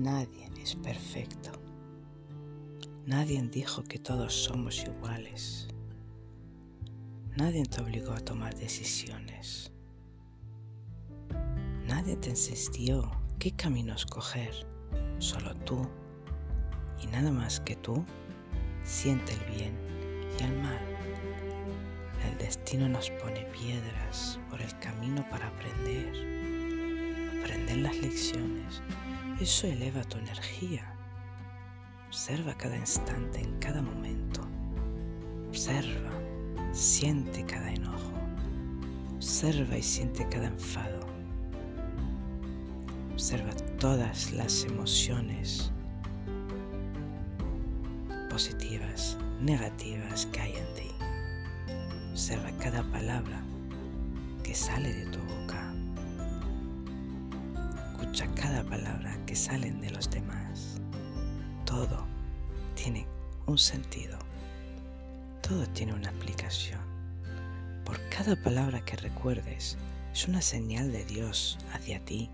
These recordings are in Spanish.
Nadie es perfecto. Nadie dijo que todos somos iguales. Nadie te obligó a tomar decisiones. Nadie te insistió qué camino escoger. Solo tú y nada más que tú siente el bien y el mal. El destino nos pone piedras por el camino para aprender las lecciones. Eso eleva tu energía. Observa cada instante en cada momento. Observa, siente cada enojo. Observa y siente cada enfado. Observa todas las emociones positivas, negativas que hay en ti. Observa cada palabra que sale de tu boca. Escucha cada palabra que salen de los demás. Todo tiene un sentido. Todo tiene una aplicación. Por cada palabra que recuerdes es una señal de Dios hacia ti.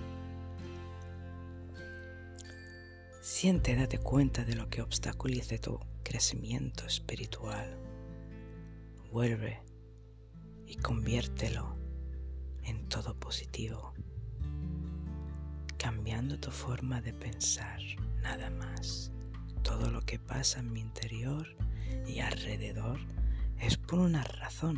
Siente, date cuenta de lo que obstaculice tu crecimiento espiritual. Vuelve y conviértelo en todo positivo, cambiando tu forma de pensar, nada más. Todo lo que pasa en mi interior y alrededor es por una razón.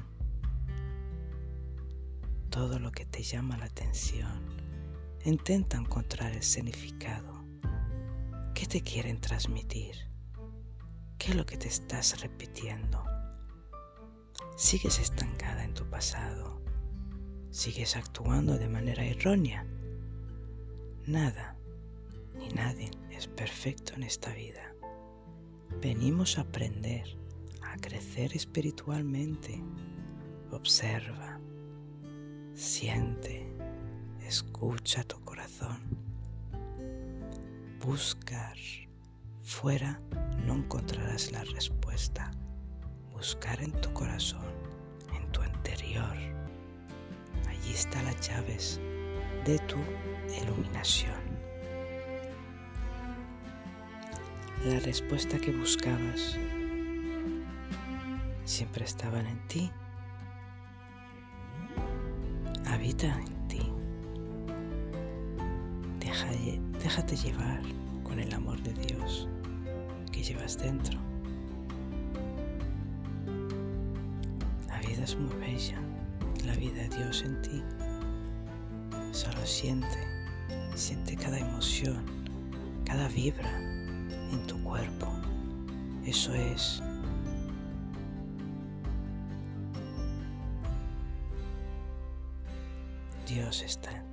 Todo lo que te llama la atención, intenta encontrar el significado. ¿Qué te quieren transmitir? ¿Qué es lo que te estás repitiendo? ¿Sigues estancada en tu pasado? ¿Sigues actuando de manera errónea? Nada ni nadie es perfecto en esta vida. Venimos a aprender, a crecer espiritualmente. Observa, siente, escucha tu corazón. Buscar fuera no encontrarás la respuesta. Buscar en tu corazón, en tu interior. Allí están las llaves de tu iluminación. La respuesta que buscabas siempre estaban en ti. Habita en ti. Déjate llevar con el amor de Dios que llevas dentro. La vida es muy bella, la vida de Dios en ti. Solo siente cada emoción, cada vibra en tu cuerpo. Eso es. Dios está en ti.